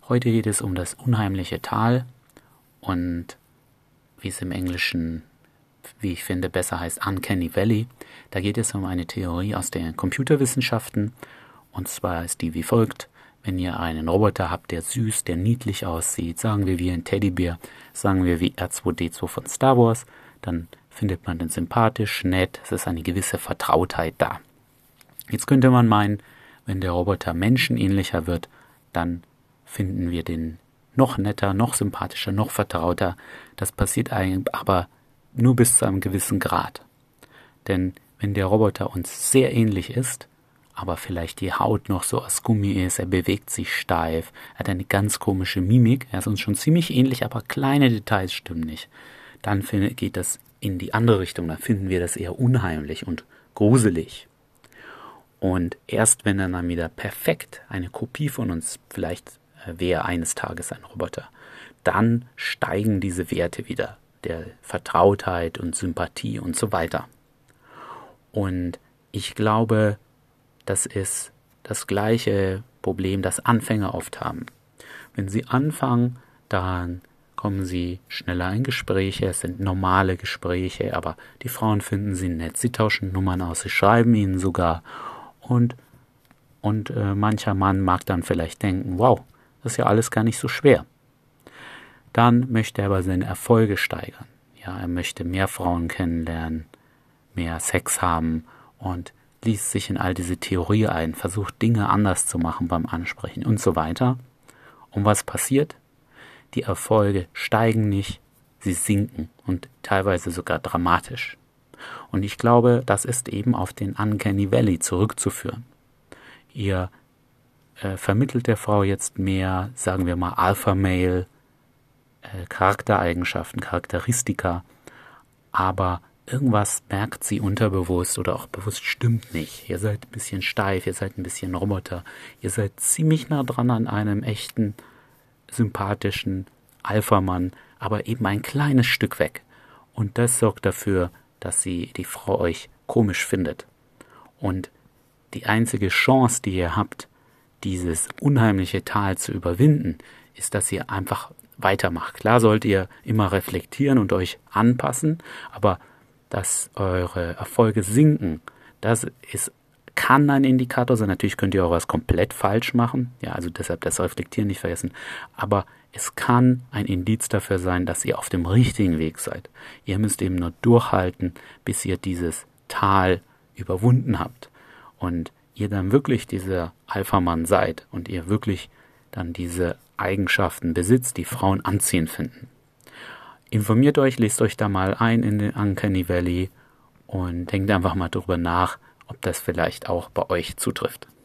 Heute geht es um das unheimliche Tal und wie es im Englischen, wie ich finde, besser heißt Uncanny Valley. Da geht es um eine Theorie aus den Computerwissenschaften und zwar ist die wie folgt. Wenn ihr einen Roboter habt, der süß, der niedlich aussieht, sagen wir wie ein Teddybär, sagen wir wie R2-D2 von Star Wars, dann findet man den sympathisch, nett, es ist eine gewisse Vertrautheit da. Jetzt könnte man meinen, wenn der Roboter menschenähnlicher wird, dann finden wir den noch netter, noch sympathischer, noch vertrauter. Das passiert eigentlich aber nur bis zu einem gewissen Grad. Denn wenn der Roboter uns sehr ähnlich ist, aber vielleicht die Haut noch so aus Gummi ist, er bewegt sich steif, er hat eine ganz komische Mimik, er ist uns schon ziemlich ähnlich, aber kleine Details stimmen nicht, dann geht das in die andere Richtung, dann finden wir das eher unheimlich und gruselig. Und erst wenn er dann wieder perfekt eine Kopie von uns, vielleicht wäre eines Tages ein Roboter, dann steigen diese Werte wieder, der Vertrautheit und Sympathie und so weiter. Und ich glaube, das ist das gleiche Problem, das Anfänger oft haben. Wenn sie anfangen, dann kommen sie schneller in Gespräche, es sind normale Gespräche, aber die Frauen finden sie nett, sie tauschen Nummern aus, sie schreiben ihnen sogar und mancher Mann mag dann vielleicht denken, wow, das ist ja alles gar nicht so schwer. Dann möchte er aber seine Erfolge steigern. Ja, er möchte mehr Frauen kennenlernen, mehr Sex haben und liest sich in all diese Theorie ein, versucht Dinge anders zu machen beim Ansprechen und so weiter. Und was passiert? Die Erfolge steigen nicht, sie sinken und teilweise sogar dramatisch. Und ich glaube, das ist eben auf den Uncanny Valley zurückzuführen. Ihr vermittelt der Frau jetzt mehr, sagen wir mal, Alpha-Male, Charaktereigenschaften, Charakteristika, aber irgendwas merkt sie unterbewusst oder auch bewusst stimmt nicht. Ihr seid ein bisschen steif, ihr seid ein bisschen Roboter, ihr seid ziemlich nah dran an einem echten, sympathischen Alpha-Mann, aber eben ein kleines Stück weg. Und das sorgt dafür, dass die Frau euch komisch findet. Und die einzige Chance, die ihr habt, dieses unheimliche Tal zu überwinden, ist, dass ihr einfach weitermacht. Klar sollt ihr immer reflektieren und euch anpassen, aber dass eure Erfolge sinken, kann ein Indikator sein. Natürlich könnt ihr auch was komplett falsch machen. Ja, also deshalb das Reflektieren nicht vergessen. Aber es kann ein Indiz dafür sein, dass ihr auf dem richtigen Weg seid. Ihr müsst eben nur durchhalten, bis ihr dieses Tal überwunden habt. Und ihr dann wirklich dieser Alpha-Mann seid und ihr wirklich dann diese Eigenschaften besitzt, die Frauen anziehend finden. Informiert euch, lest euch da mal ein in den Uncanny Valley und denkt einfach mal drüber nach, ob das vielleicht auch bei euch zutrifft.